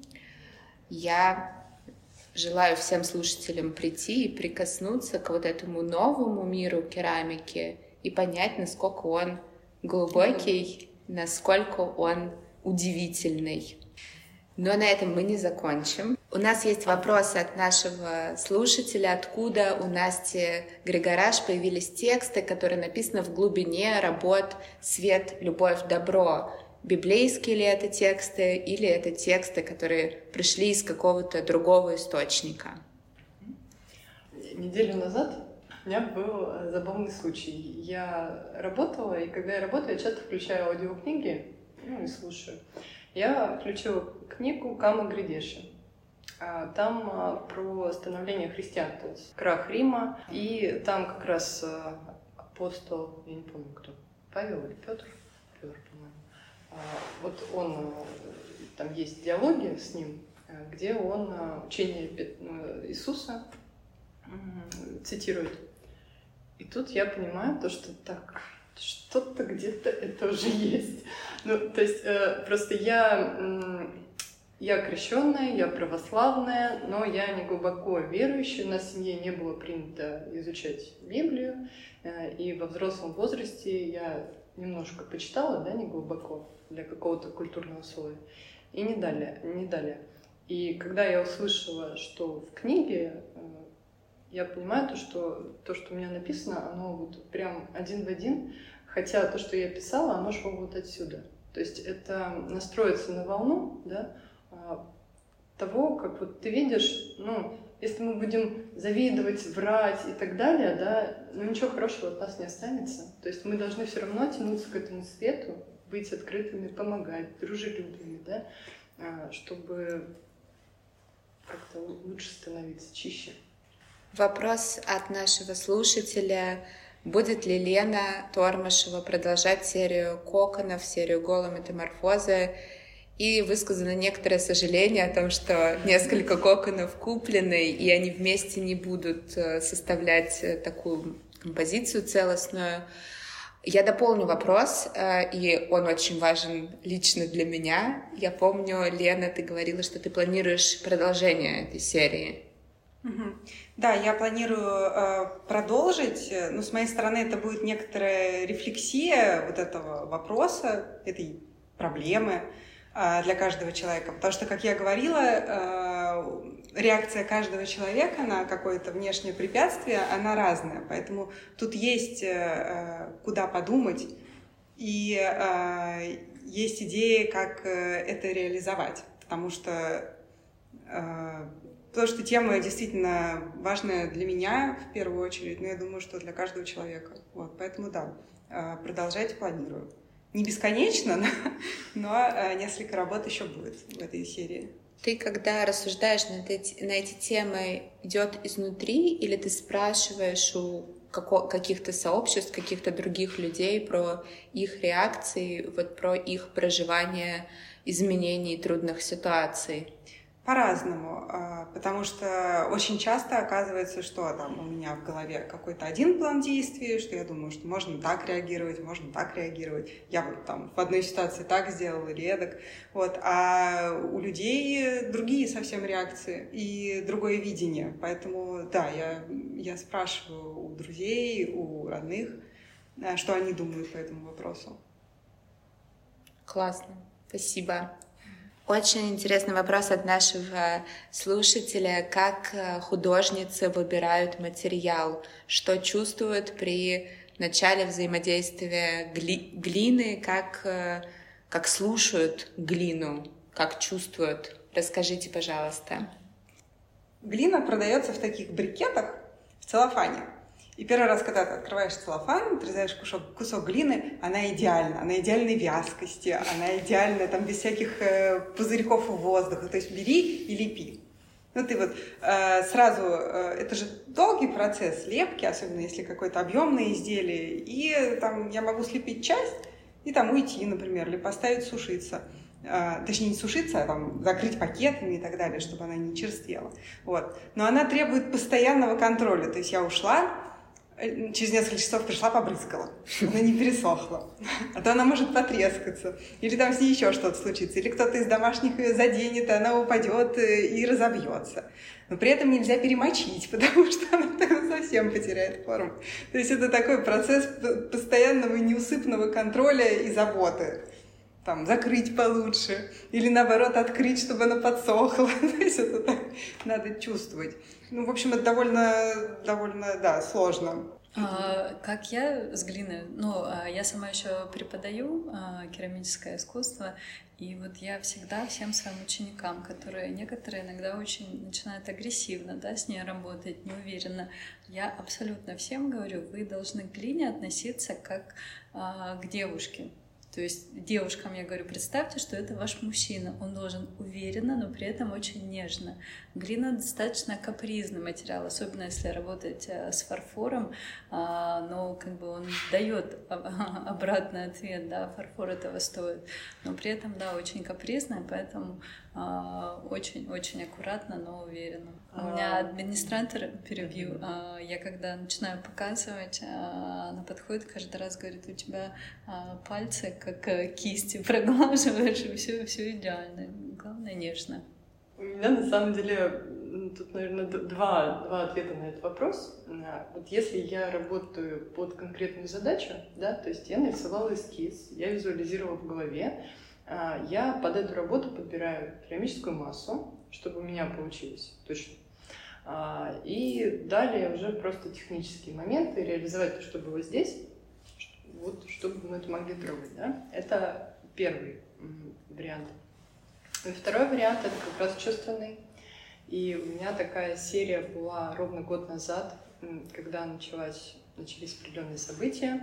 Я желаю всем слушателям прийти и прикоснуться к вот этому новому миру керамики и понять, насколько он глубокий, насколько он удивительный. Но на этом мы не закончим. У нас есть вопросы от нашего слушателя, откуда у Насти Григораш появились тексты, которые написаны в глубине работ «Свет, любовь, добро». Библейские ли это тексты, или это тексты, которые пришли из какого-то другого источника? Неделю назад у меня был забавный случай. Я работала, и когда я работаю, я часто включаю аудиокниги, и слушаю. Я включила книгу Кама Гридеши. Там про становление христиан, то есть крах Рима, и там как раз апостол, я не помню кто, Павел или Петр, по-моему. Вот он, там есть диалоги с ним, где он учение Иисуса цитирует. И тут я понимаю то, что так, что-то где-то это уже есть. То есть просто я крещенная, я православная, но я не глубоко верующая. У нас в семье не было принято изучать Библию, и во взрослом возрасте я немножко почитала, да, не глубоко, для какого-то культурного слоя, и не далее. И когда я услышала, что в книге, я понимаю то, что у меня написано, оно вот прям один в один, хотя то, что я писала, оно шло вот отсюда. То есть это настроиться на волну, да, того, как вот ты видишь, если мы будем завидовать, врать и так далее, да, ничего хорошего от нас не останется. То есть мы должны все равно тянуться к этому свету, быть открытыми, помогать, дружелюбными, да, чтобы как-то лучше становиться, чище. Вопрос от нашего слушателя. Будет ли Лена Тормышева продолжать серию коконов, серию голой метаморфозы? И высказано некоторое сожаление о том, что несколько коконов куплены, и они вместе не будут составлять такую композицию целостную. Я дополню вопрос, и он очень важен лично для меня. Я помню, Лена, ты говорила, что ты планируешь продолжение этой серии. Да, я планирую продолжить. Ну, с моей стороны, это будет некоторая рефлексия вот этого вопроса, этой проблемы для каждого человека. Потому что, как я говорила, реакция каждого человека на какое-то внешнее препятствие, она разная. Поэтому тут есть куда подумать, и есть идеи, как это реализовать. Потому что тема действительно важная для меня в первую очередь, но я думаю, что для каждого человека. Вот, поэтому да, продолжать планирую. Не бесконечно, но несколько работ еще будет в этой серии. Ты, когда рассуждаешь на эти темы, идет изнутри, или ты спрашиваешь у каких-то сообществ, каких-то других людей про их реакции, вот про их проживание изменений, трудных ситуаций? По-разному, потому что очень часто оказывается, что там у меня в голове какой-то один план действий, что я думаю, что можно так реагировать, можно так реагировать. Я вот там в одной ситуации так сделала или эдак. Вот. А у людей другие совсем реакции и другое видение. Поэтому, да, я спрашиваю у друзей, у родных, что они думают по этому вопросу. Классно, спасибо. Очень интересный вопрос от нашего слушателя. Как художницы выбирают материал? Что чувствуют при начале взаимодействия глины? Как слушают глину? Как чувствуют? Расскажите, пожалуйста. Глина продается в таких брикетах в целлофане. И первый раз, когда ты открываешь целлофан, отрезаешь кусок глины, она идеальна, она идеальной вязкости, она идеальна там без всяких пузырьков воздуха. То есть бери и лепи. Ну ты вот сразу, это же долгий процесс лепки, особенно если какое-то объемное изделие, и там я могу слепить часть и там уйти, например, или поставить сушиться. Точнее, не сушиться, а там закрыть пакетами и так далее, чтобы она не черствела. Вот. Но она требует постоянного контроля. То есть я ушла, через несколько часов пришла, побрызгала. Она не пересохла. А то она может потрескаться. Или там с ней еще что-то случится. Или кто-то из домашних ее заденет, и она упадет и разобьется. Но при этом нельзя перемочить, потому что она тогда совсем потеряет форму. То есть это такой процесс постоянного и неусыпного контроля и заботы. Там, закрыть получше. Или наоборот, открыть, чтобы она подсохла. То есть это так надо чувствовать. Ну, в общем, это довольно, да, сложно. Как я с глиной? Ну, я сама еще преподаю керамическое искусство, и вот я всегда всем своим ученикам, которые некоторые иногда очень начинают агрессивно, да, с ней работать, неуверенно, я абсолютно всем говорю, вы должны к глине относиться как к девушке. То есть девушкам я говорю, представьте, что это ваш мужчина. Он должен уверенно, но при этом очень нежно. Глина достаточно капризный материал, особенно если работать с фарфором, но как бы он дает обратный ответ, да, фарфор этого стоит. Но при этом, да, очень капризная, поэтому очень-очень аккуратно, но уверенно. У меня администратор, перебью, я когда начинаю показывать, она подходит, каждый раз говорит, у тебя пальцы как кисти проглаживаешь, и все идеально. Главное, нежно. У меня на самом деле тут, наверное, два ответа на этот вопрос. Вот если я работаю под конкретную задачу, да, то есть я нарисовала эскиз, я визуализировала в голове, я под эту работу подбираю керамическую массу, чтобы у меня получилось точно. И далее уже просто технические моменты, реализовать то, что было здесь, вот, чтобы мы это могли трогать. Да? Это первый вариант. И второй вариант — это как раз чувственный. И у меня такая серия была ровно год назад, когда начались определенные события.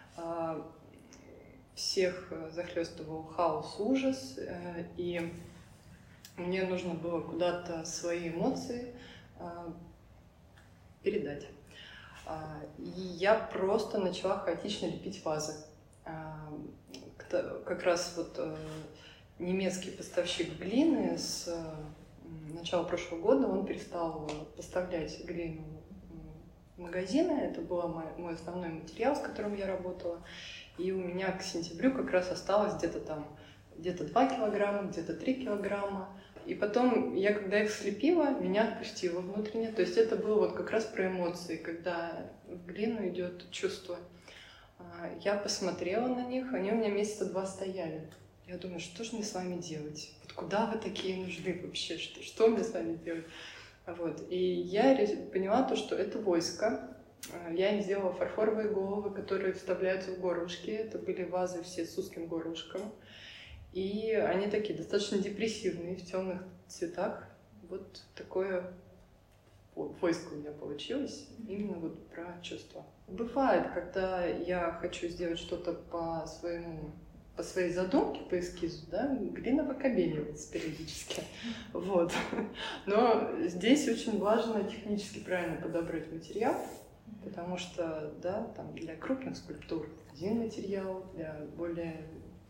Всех захлестывал хаос, ужас, и мне нужно было куда-то свои эмоции передать. И я просто начала хаотично лепить вазы. Как раз вот немецкий поставщик глины с начала прошлого года, он перестал поставлять глину в магазины. Это был мой основной материал, с которым я работала. И у меня к сентябрю как раз осталось где-то 2 килограмма, где-то 3 килограмма. И потом я, когда их слепила, меня отпустило внутренне. То есть это было вот как раз про эмоции, когда в глину идет чувство. Я посмотрела на них, они у меня месяца 2 стояли. Я думаю, что же мне с вами делать? Вот куда вы такие нужны вообще? Что мне с вами делать? Вот. И я поняла то, что это войско. Я им сделала фарфоровые головы, которые вставляются в горлышки. Это были вазы все с узким горлышком. И они такие достаточно депрессивные, в темных цветах. Вот такое войско у меня получилось. Именно вот про чувства. Бывает, когда я хочу сделать что-то по своей задумке, по эскизу, да, глина выкобенивается периодически. Вот. Но здесь очень важно технически правильно подобрать материал, потому что, да, там для крупных скульптур один материал, для более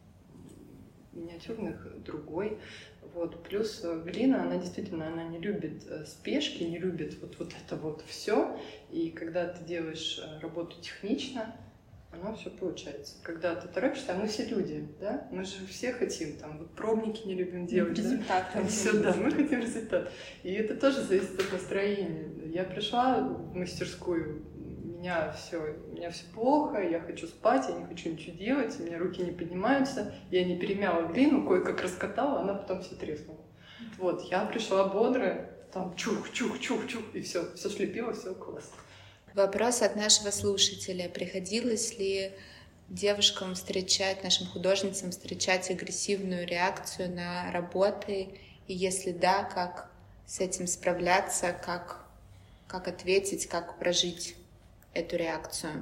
миниатюрных другой. Вот. Плюс глина, она действительно не любит спешки, не любит вот это вот все. И когда ты делаешь работу технично, оно все получается. Когда ты торопишься, а мы все люди, да? Мы же все хотим, там, вот пробники не любим делать, результат, да? Все, да, мы хотим результат. И это тоже зависит от настроения. Я пришла в мастерскую, у меня все плохо, я хочу спать, я не хочу ничего делать, у меня руки не поднимаются, я не перемяла глину, кое-как раскатала, она потом все треснула. Вот, я пришла бодрая, там чух-чух-чух-чух, и все слепила, все классно. Вопрос от нашего слушателя. Приходилось ли девушкам встречать, нашим художницам встречать агрессивную реакцию на работы? И если да, как с этим справляться, как ответить, как прожить эту реакцию?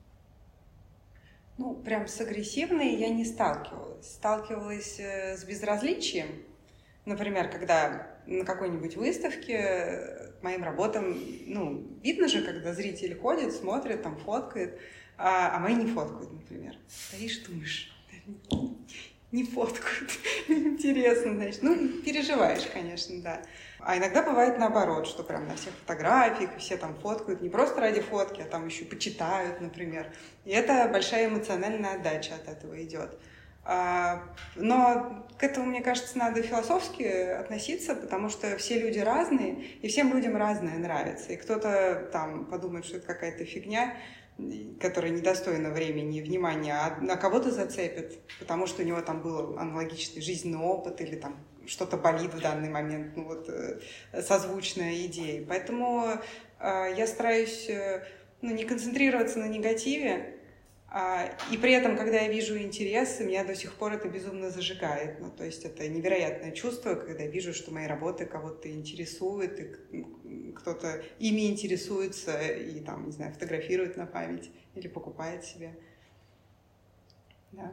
Ну, прям с агрессивной я не сталкивалась. Сталкивалась с безразличием. Например, когда на какой-нибудь выставке моим работам, ну, видно же, когда зритель ходит, смотрит, там, фоткает, а мои не фоткают, например. Стоишь, думаешь, не фоткают, интересно, значит. Ну, переживаешь, конечно, да. А иногда бывает наоборот, что прям на всех фотографиях все там фоткают не просто ради фотки, а там еще почитают, например. И это большая эмоциональная отдача от этого идет. Но к этому, мне кажется, надо философски относиться, потому что все люди разные, и всем людям разное нравится. И кто-то там подумает, что это какая-то фигня, которая недостойна времени и внимания, а на кого-то зацепит, потому что у него там был аналогичный жизненный опыт или там что-то болит в данный момент, ну вот созвучная идее. Поэтому я стараюсь не концентрироваться на негативе, и при этом, когда я вижу интерес, меня до сих пор это безумно зажигает. Ну, то есть это невероятное чувство, когда я вижу, что мои работы кого-то интересуют, и кто-то ими интересуется и там, не знаю, фотографирует на память или покупает себе. Да.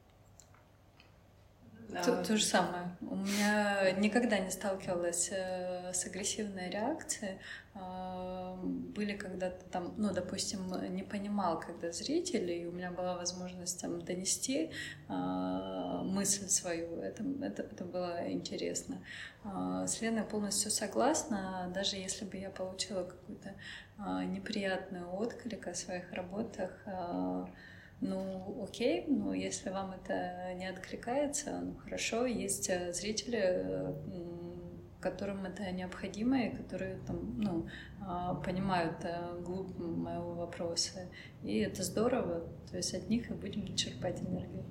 То же самое. У меня никогда не сталкивалась с агрессивной реакцией. Были когда-то там, ну, допустим, не понимал, когда зритель, и у меня была возможность там донести мысль свою. Это было интересно. С Леной полностью согласна. Даже если бы я получила какой-то неприятный отклик о своих работах, ну, окей, но если вам это не откликается, ну, хорошо, есть зрители, которым это необходимо, и которые там, ну, понимают глубь моего вопроса. И это здорово, то есть от них и будем черпать энергию.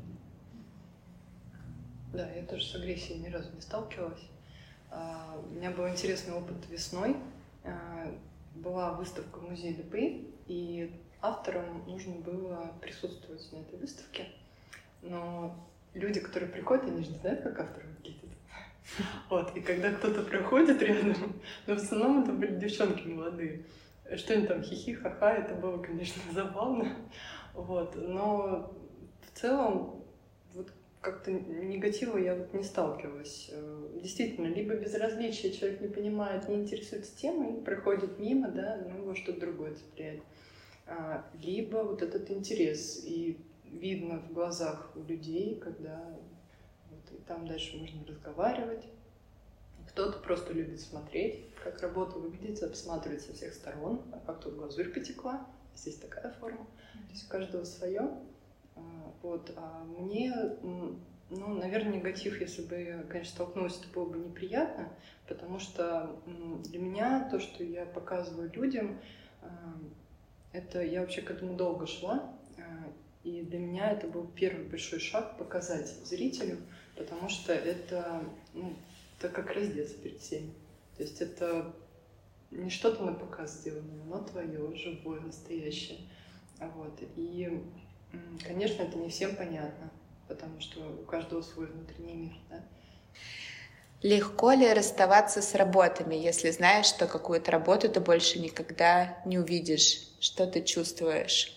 Да, я тоже с агрессией ни разу не сталкивалась. У меня был интересный опыт весной. Была выставка в музее ДПИ, и авторам нужно было присутствовать на этой выставке, но люди, которые приходят, они же не знают, как автор выглядит. Вот, и когда кто-то проходит рядом, но в основном это были девчонки молодые, что-нибудь там хихи, ха-ха, это было, конечно, забавно, вот, но в целом вот как-то негатива я вот не сталкивалась. Действительно, либо безразличие, человек не понимает, не интересуется темой, проходит мимо, да, но его что-то другое цепляет. Либо вот этот интерес, и видно в глазах у людей, когда вот там дальше можно разговаривать. Кто-то просто любит смотреть, как работа выглядит, обсматривать со всех сторон, а как тут глазурь потекла, здесь такая форма. То есть у каждого свое. Вот. А мне, наверное, негатив, если бы я, конечно, столкнулась, это было бы неприятно, потому что для меня то, что я показываю людям, это я вообще к этому долго шла, и для меня это был первый большой шаг показать зрителю, потому что это как раздеться перед всеми. То есть это не что-то на показ сделанное, но твое, живое, настоящее. Вот. И, конечно, это не всем понятно, потому что у каждого свой внутренний мир, да? Легко ли расставаться с работами, если знаешь, что какую-то работу ты больше никогда не увидишь? Что ты чувствуешь?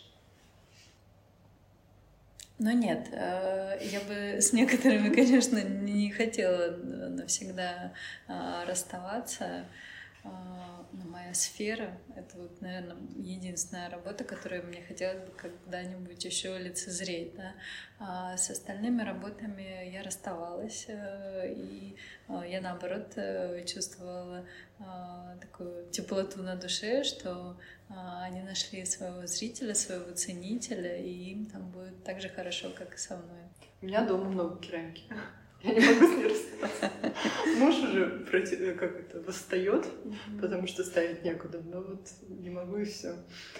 Но нет, я бы с некоторыми, конечно, не хотела навсегда расставаться. Но моя сфера — это вот, наверное, единственная работа, которую мне хотелось бы когда-нибудь еще лицезреть, да. А с остальными работами я расставалась, и я, наоборот, чувствовала такую теплоту на душе, что они нашли своего зрителя, своего ценителя, и им там будет так же хорошо, как и со мной. У меня дома много керамики. Я не могу с ней расстаться. Муж уже восстает, потому что ставить некуда, но вот не могу и все.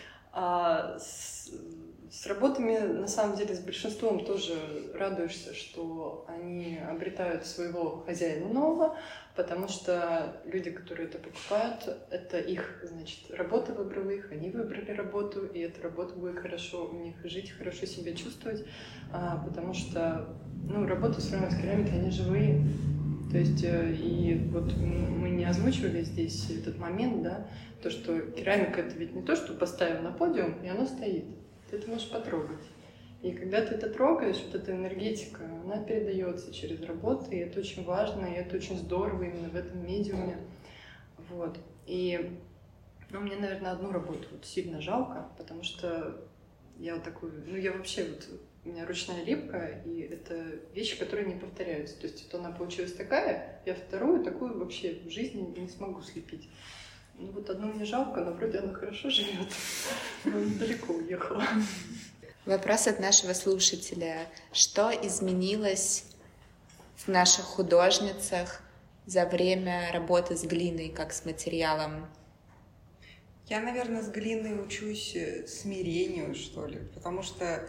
А с работами, на самом деле, с большинством тоже радуешься, что они обретают своего хозяина нового, потому что люди, которые это покупают, это их, значит, работа выбрала их, они выбрали работу, и эта работа будет хорошо у них жить, хорошо себя чувствовать, потому что, работы все равно с керамикой, они живые. То есть, и вот мы не озвучивали здесь этот момент, да, то, что керамика — это ведь не то, что поставил на подиум, и оно стоит. Ты это можешь потрогать. И когда ты это трогаешь, вот эта энергетика, она передается через работу, и это очень важно, и это очень здорово именно в этом медиуме. Вот. И, мне, наверное, одну работу вот сильно жалко, потому что я вот такую, я вообще вот, у меня ручная липка, и это вещи, которые не повторяются. То есть вот она получилась такая, я вторую такую вообще в жизни не смогу слепить. Вот одну мне жалко, но вроде она хорошо живет, но далеко уехала. Вопрос от нашего слушателя. Что изменилось в наших художницах за время работы с глиной, как с материалом? Я, наверное, с глиной учусь смирению, что ли, потому что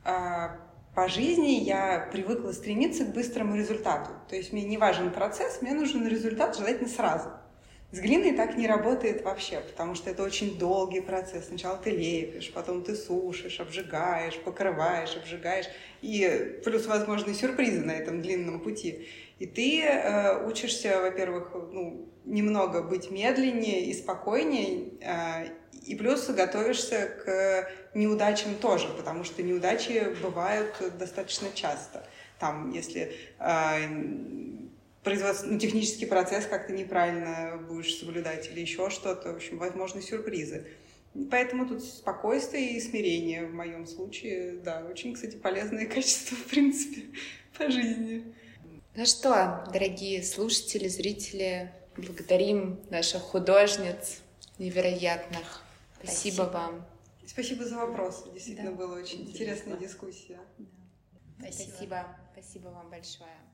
по жизни я привыкла стремиться к быстрому результату. То есть мне не важен процесс, мне нужен результат, желательно сразу. С глиной так не работает вообще, потому что это очень долгий процесс. Сначала ты лепишь, потом ты сушишь, обжигаешь, покрываешь, обжигаешь. И плюс возможны сюрпризы на этом длинном пути. И ты учишься, во-первых, немного быть медленнее и спокойнее, и плюс готовишься к неудачам тоже, потому что неудачи бывают достаточно часто. Там, если технический процесс как-то неправильно будешь соблюдать или еще что-то, в общем, возможны сюрпризы. Поэтому тут спокойствие и смирение в моем случае, да, очень, кстати, полезные качества, в принципе, по жизни. Ну что, дорогие слушатели, зрители, благодарим наших художниц невероятных. Спасибо вам. Спасибо за вопросы. Действительно, была очень интересная дискуссия. Спасибо. Спасибо вам большое.